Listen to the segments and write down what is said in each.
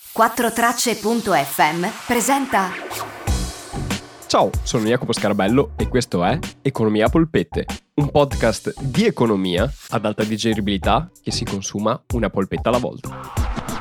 4Tracce.fm presenta. Ciao, sono Jacopo Scarabello e questo è Economia a polpette, un podcast di economia ad alta digeribilità che si consuma una polpetta alla volta.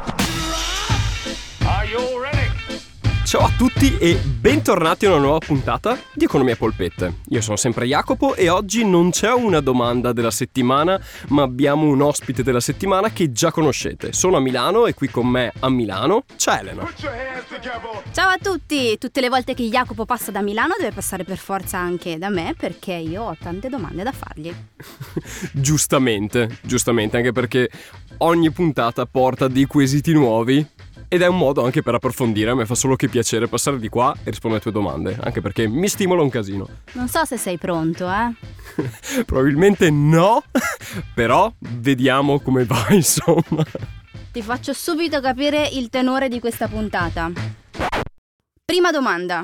Ciao a tutti e bentornati a una nuova puntata di Economia a polpette. Io sono sempre Jacopo e oggi non c'è una domanda della settimana, ma abbiamo un ospite della settimana che già conoscete. Sono a Milano e qui con me a Milano c'è Elena. Ciao a tutti! Tutte le volte che Jacopo passa da Milano deve passare per forza anche da me, perché io ho tante domande da fargli. Giustamente, anche perché ogni puntata porta dei quesiti nuovi ed è un modo anche per approfondire. A me fa solo che piacere passare di qua e rispondere alle tue domande, anche perché mi stimola un casino. Non so se sei pronto, Probabilmente no, però vediamo come va, insomma. Ti faccio subito capire il tenore di questa puntata. Prima domanda.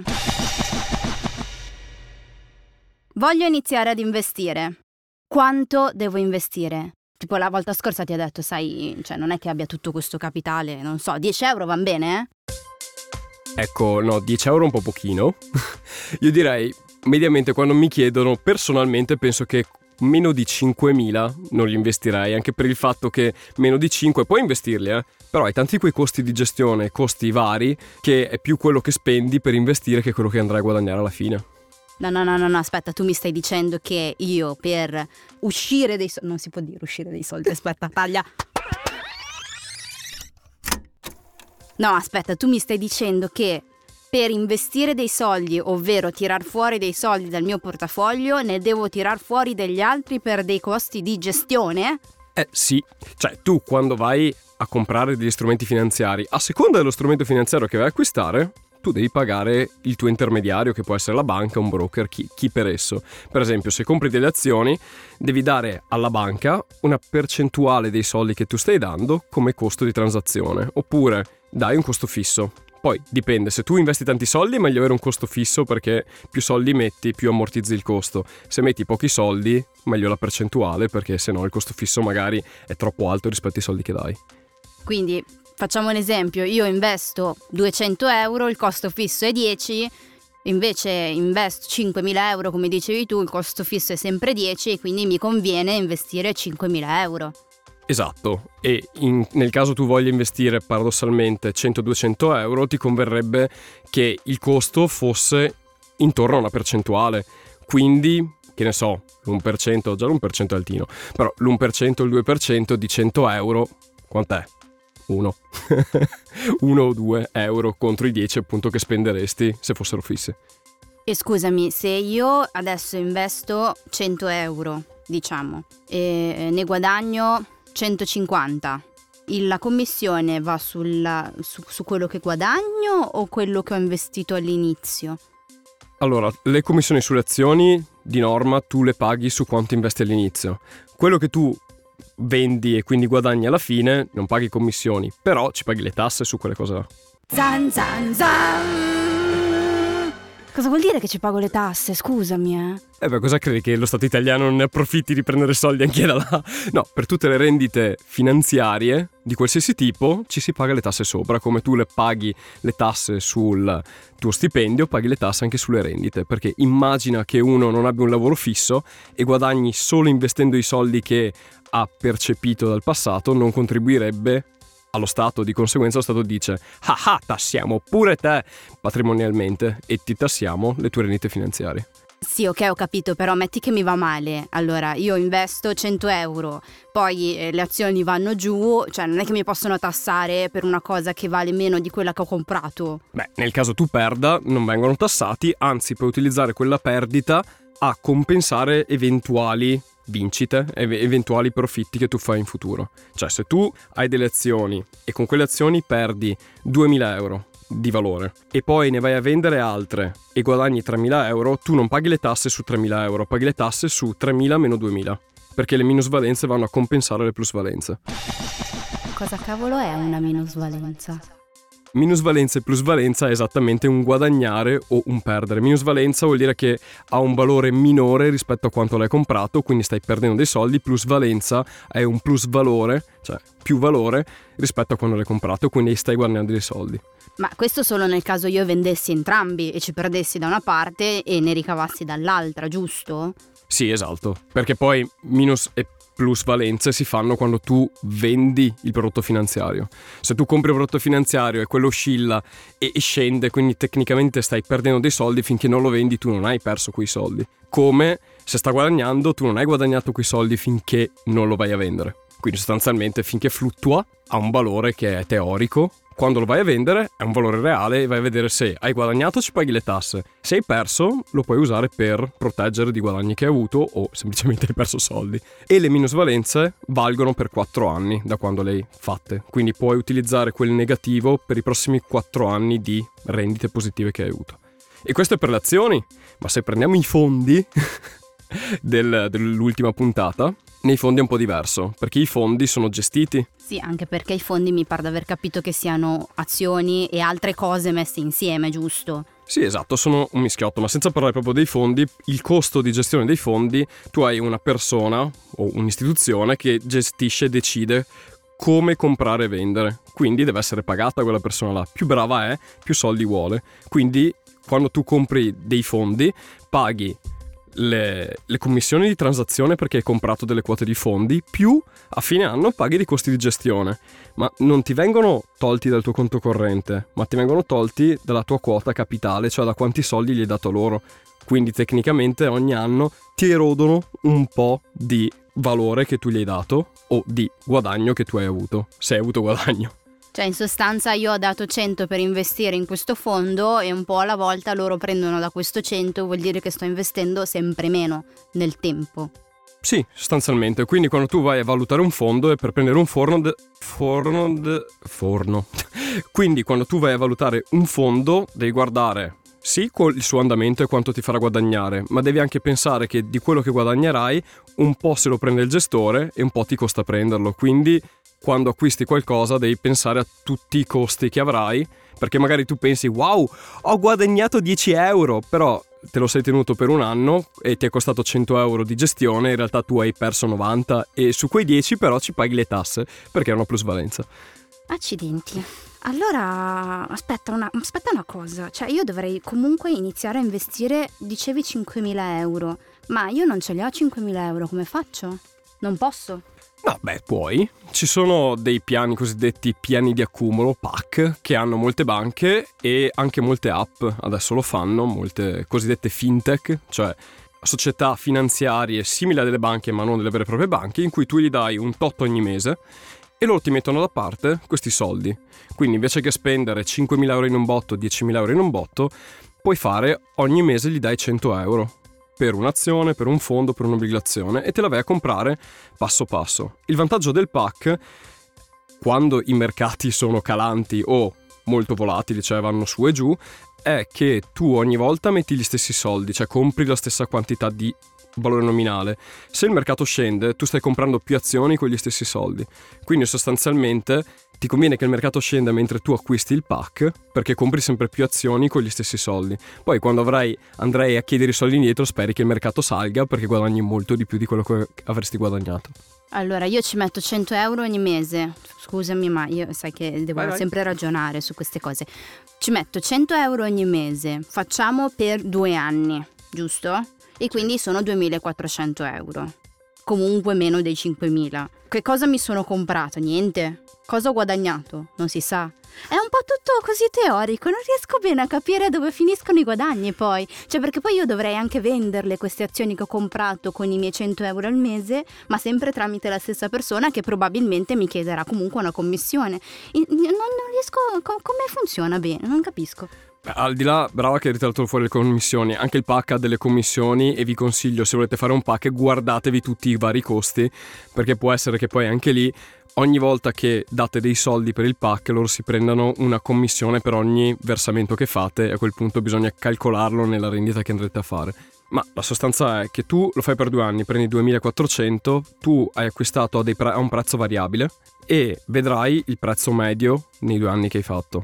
Voglio iniziare ad investire. Quanto devo investire? Tipo la volta scorsa ti ha detto, sai, cioè non è che abbia tutto questo capitale, non so, 10 euro van bene, Ecco, no, 10 euro un po' pochino. Io direi, mediamente quando mi chiedono, personalmente penso che meno di 5.000 non li investirei, anche per il fatto che meno di 5 puoi investirli, però hai tanti quei costi di gestione, costi vari, che è più quello che spendi per investire che quello che andrai a guadagnare alla fine. No, aspetta, tu mi stai dicendo che io per uscire dei soldi, non si può dire uscire dei soldi, aspetta, taglia. No, aspetta, tu mi stai dicendo che per investire dei soldi, ovvero tirar fuori dei soldi dal mio portafoglio, ne devo tirar fuori degli altri per dei costi di gestione? Sì, cioè tu quando vai a comprare degli strumenti finanziari, a seconda dello strumento finanziario che vai a acquistare, tu devi pagare il tuo intermediario, che può essere la banca, un broker, chi per esso. Per esempio, se compri delle azioni, devi dare alla banca una percentuale dei soldi che tu stai dando come costo di transazione, oppure dai un costo fisso. Poi dipende, se tu investi tanti soldi è meglio avere un costo fisso, perché più soldi metti più ammortizzi il costo. Se metti pochi soldi meglio la percentuale, perché se no il costo fisso magari è troppo alto rispetto ai soldi che dai. Quindi facciamo un esempio, io investo 200 euro, il costo fisso è 10, invece investo 5.000 euro come dicevi tu, il costo fisso è sempre 10 e quindi mi conviene investire 5.000 euro. Esatto, e nel caso tu voglia investire paradossalmente 100-200 euro, ti converrebbe che il costo fosse intorno a una percentuale, quindi, che ne so, l'1%, già l'1% è altino, però l'1%, il 2% di 100 euro, quant'è? 1 o 2 euro contro i 10 appunto che spenderesti se fossero fisse. E scusami, se io adesso investo 100 euro, diciamo, e ne guadagno 150, la commissione va su quello che guadagno o quello che ho investito all'inizio? Allora, le commissioni sulle azioni di norma tu le paghi su quanto investi all'inizio. Quello che tu vendi e quindi guadagni alla fine non paghi commissioni, però ci paghi le tasse su quelle cose là. Zan zan zan! Cosa vuol dire che ci pago le tasse? Scusami, Cosa credi, che lo Stato italiano non ne approfitti di prendere soldi anche da là? No, per tutte le rendite finanziarie di qualsiasi tipo ci si paga le tasse sopra, come tu le paghi le tasse sul tuo stipendio, paghi le tasse anche sulle rendite, perché immagina che uno non abbia un lavoro fisso e guadagni solo investendo i soldi che ha percepito dal passato, non contribuirebbe allo Stato. Di conseguenza lo Stato dice: tassiamo pure te patrimonialmente e ti tassiamo le tue rendite finanziarie. Sì, ok, ho capito, però metti che mi va male. Allora, io investo 100 euro, poi le azioni vanno giù, cioè non è che mi possono tassare per una cosa che vale meno di quella che ho comprato. Beh, nel caso tu perda, non vengono tassati, anzi puoi utilizzare quella perdita a compensare eventuali vincite, eventuali profitti che tu fai in futuro. Cioè, se tu hai delle azioni e con quelle azioni perdi 2.000 euro di valore e poi ne vai a vendere altre e guadagni 3.000 euro, tu non paghi le tasse su 3.000 euro, paghi le tasse su 3.000 meno 2.000, perché le minusvalenze vanno a compensare le plusvalenze. Cosa cavolo è una minusvalenza? minusvalenza e plusvalenza è esattamente un guadagnare o un perdere. Minusvalenza vuol dire che ha un valore minore rispetto a quanto l'hai comprato, quindi stai perdendo dei soldi. Plusvalenza è un plusvalore, cioè più valore rispetto a quando l'hai comprato, quindi stai guadagnando dei soldi. Ma questo solo nel caso io vendessi entrambi e ci perdessi da una parte e ne ricavassi dall'altra, giusto? Sì, esatto, perché poi minus e plusvalenze si fanno quando tu vendi il prodotto finanziario. Se tu compri un prodotto finanziario e quello oscilla e scende, quindi tecnicamente stai perdendo dei soldi, finché non lo vendi tu non hai perso quei soldi. Come se sta guadagnando, tu non hai guadagnato quei soldi finché non lo vai a vendere. Quindi sostanzialmente finché fluttua ha un valore che è teorico. Quando lo vai a vendere è un valore reale e vai a vedere se hai guadagnato, ci paghi le tasse. Se hai perso, lo puoi usare per proteggere di guadagni che hai avuto o semplicemente hai perso soldi. E le minusvalenze valgono per 4 anni da quando le hai fatte. Quindi puoi utilizzare quel negativo per i prossimi 4 anni di rendite positive che hai avuto. E questo è per le azioni, ma se prendiamo i fondi dell'ultima puntata, nei fondi è un po' diverso, perché i fondi sono gestiti. Sì, anche perché i fondi mi pare di aver capito che siano azioni e altre cose messe insieme, giusto? Sì, esatto, sono un mischiotto, ma senza parlare proprio dei fondi, il costo di gestione dei fondi, tu hai una persona o un'istituzione che gestisce e decide come comprare e vendere, quindi deve essere pagata quella persona là. Più brava è, più soldi vuole, quindi quando tu compri dei fondi paghi le commissioni di transazione perché hai comprato delle quote di fondi, più a fine anno paghi dei costi di gestione, ma non ti vengono tolti dal tuo conto corrente, ma ti vengono tolti dalla tua quota capitale, cioè da quanti soldi gli hai dato loro. Quindi tecnicamente ogni anno ti erodono un po' di valore che tu gli hai dato o di guadagno che tu hai avuto, se hai avuto guadagno. Cioè in sostanza io ho dato 100 per investire in questo fondo e un po' alla volta loro prendono da questo 100, vuol dire che sto investendo sempre meno nel tempo. Sì, sostanzialmente. Quindi quando tu vai a valutare un fondo è per prendere un forno. Quindi quando tu vai a valutare un fondo devi guardare sì il suo andamento e quanto ti farà guadagnare, ma devi anche pensare che di quello che guadagnerai un po' se lo prende il gestore e un po' ti costa prenderlo. Quindi quando acquisti qualcosa devi pensare a tutti i costi che avrai, perché magari tu pensi wow, ho guadagnato 10 euro, però te lo sei tenuto per un anno e ti è costato 100 euro di gestione, in realtà tu hai perso 90 e su quei 10 però ci paghi le tasse perché è una plusvalenza. Accidenti. Allora, aspetta una cosa, cioè io dovrei comunque iniziare a investire, dicevi 5.000 euro, ma io non ce li ho 5.000 euro, come faccio? Non posso? No, beh, puoi. Ci sono dei piani cosiddetti piani di accumulo, PAC, che hanno molte banche e anche molte app, adesso lo fanno, molte cosiddette fintech, cioè società finanziarie simili a delle banche ma non delle vere e proprie banche, in cui tu gli dai un tot ogni mese e loro ti mettono da parte questi soldi. Quindi invece che spendere 5.000 euro in un botto, 10.000 euro in un botto, puoi fare ogni mese gli dai 100 euro. Per un'azione, per un fondo, per un'obbligazione e te la vai a comprare passo passo. Il vantaggio del PAC, quando i mercati sono calanti o molto volatili, cioè vanno su e giù, è che tu ogni volta metti gli stessi soldi, cioè compri la stessa quantità di valore nominale. Se il mercato scende, tu stai comprando più azioni con gli stessi soldi. Quindi sostanzialmente ti conviene che il mercato scenda mentre tu acquisti il PAC, perché compri sempre più azioni con gli stessi soldi. Poi quando andrai a chiedere i soldi indietro, speri che il mercato salga perché guadagni molto di più di quello che avresti guadagnato. Allora io ci metto 100 euro ogni mese. Scusami, ma io sai che devo sempre ragionare su queste cose. Ci metto 100 euro ogni mese, facciamo per 2 anni, giusto? E quindi sono 2.400 euro. Comunque meno dei 5.000. Che cosa mi sono comprato? Niente. Cosa ho guadagnato? Non si sa. È un po' tutto così teorico, non riesco bene a capire dove finiscono i guadagni poi. Cioè perché poi io dovrei anche venderle queste azioni che ho comprato con i miei 100 euro al mese, ma sempre tramite la stessa persona che probabilmente mi chiederà comunque una commissione. Non riesco... come funziona bene? Non capisco. Al di là, brava che hai ritirato fuori le commissioni, anche il PAC ha delle commissioni e vi consiglio, se volete fare un PAC, guardatevi tutti i vari costi, perché può essere che poi anche lì ogni volta che date dei soldi per il PAC loro si prendano una commissione per ogni versamento che fate e a quel punto bisogna calcolarlo nella rendita che andrete a fare. Ma la sostanza è che tu lo fai per 2 anni, prendi 2.400, tu hai acquistato a un prezzo variabile e vedrai il prezzo medio nei 2 anni che hai fatto.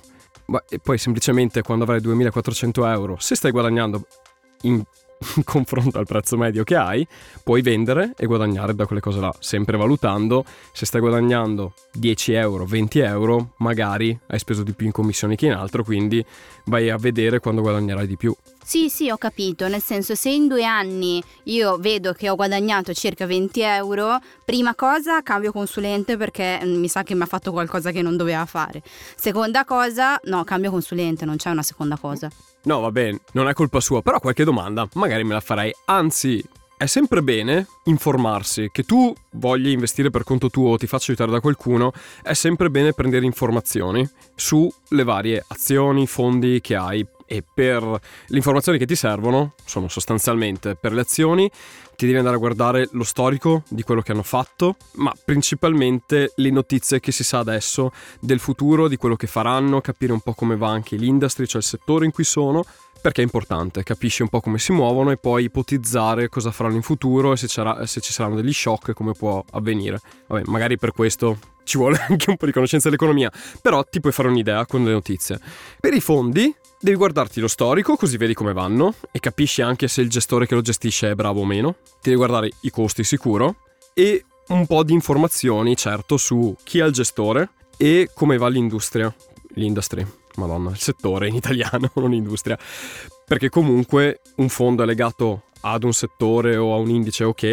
E poi semplicemente quando avrai 2.400 euro, se stai guadagnando in confronto al prezzo medio che hai, puoi vendere e guadagnare da quelle cose là, sempre valutando se stai guadagnando 10 euro, 20 euro, magari hai speso di più in commissioni che in altro, quindi vai a vedere quando guadagnerai di più. Sì, ho capito, nel senso, se in 2 anni io vedo che ho guadagnato circa 20 euro, prima cosa cambio consulente perché mi sa che mi ha fatto qualcosa che non doveva fare. Seconda cosa, no, cambio consulente, non c'è una seconda cosa. No, va bene, non è colpa sua, però qualche domanda magari me la farei. Anzi, è sempre bene informarsi, che tu voglia investire per conto tuo o ti faccia aiutare da qualcuno, è sempre bene prendere informazioni sulle varie azioni, fondi che hai. E per le informazioni che ti servono sono sostanzialmente per le azioni, ti devi andare a guardare lo storico di quello che hanno fatto, ma principalmente le notizie che si sa adesso del futuro, di quello che faranno, capire un po' come va anche l'industry, cioè il settore in cui sono, perché è importante, capisci un po' come si muovono e poi ipotizzare cosa faranno in futuro e se ci saranno degli shock, come può avvenire. Vabbè, magari per questo ci vuole anche un po' di conoscenza dell'economia, però ti puoi fare un'idea con le notizie. Per i fondi devi guardarti lo storico, così vedi come vanno e capisci anche se il gestore che lo gestisce è bravo o meno. Ti devi guardare i costi sicuro e un po' di informazioni, certo, su chi è il gestore e come va l'industry, madonna, il settore in italiano, non industria, perché comunque un fondo è legato ad un settore o a un indice o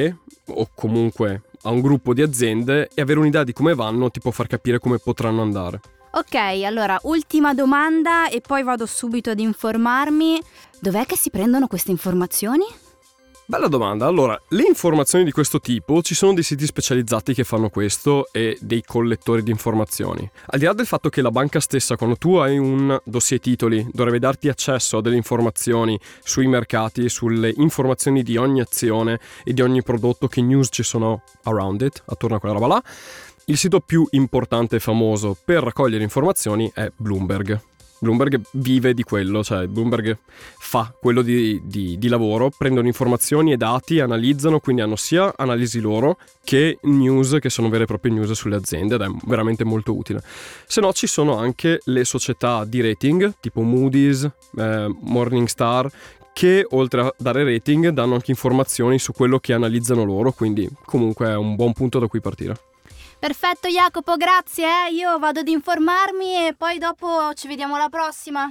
comunque a un gruppo di aziende, e avere un'idea di come vanno ti può far capire come potranno andare. Ok, allora, ultima domanda e poi vado subito ad informarmi. Dov'è che si prendono queste informazioni? Bella domanda. Allora, le informazioni di questo tipo, ci sono dei siti specializzati che fanno questo e dei collettori di informazioni. Al di là del fatto che la banca stessa, quando tu hai un dossier titoli, dovrebbe darti accesso a delle informazioni sui mercati, sulle informazioni di ogni azione e di ogni prodotto, che news ci sono around it, attorno a quella roba là. Il sito più importante e famoso per raccogliere informazioni è Bloomberg. Bloomberg vive di quello, cioè Bloomberg fa quello di lavoro, prendono informazioni e dati, analizzano, quindi hanno sia analisi loro che news, che sono vere e proprie news sulle aziende, ed è veramente molto utile. Se no ci sono anche le società di rating, tipo Moody's, Morningstar, che oltre a dare rating danno anche informazioni su quello che analizzano loro, quindi comunque è un buon punto da cui partire. Perfetto Jacopo, grazie. Io vado ad informarmi e poi dopo ci vediamo alla prossima.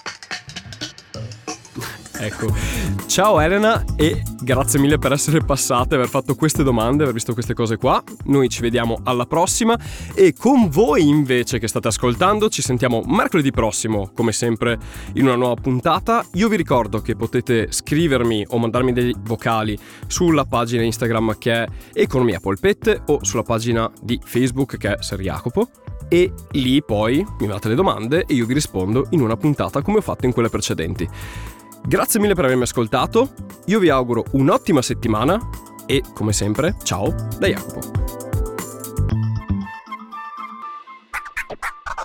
Ecco, ciao Elena e grazie mille per essere passate, aver fatto queste domande, aver visto queste cose qua. Noi ci vediamo alla prossima e con voi invece che state ascoltando ci sentiamo mercoledì prossimo, come sempre in una nuova puntata. Io vi ricordo che potete scrivermi o mandarmi dei vocali sulla pagina Instagram che è Economia Polpette o sulla pagina di Facebook che è Ser Jacopo, e lì poi mi mandate le domande e io vi rispondo in una puntata come ho fatto in quelle precedenti. Grazie mille per avermi ascoltato, io vi auguro un'ottima settimana e, come sempre, ciao da Jacopo.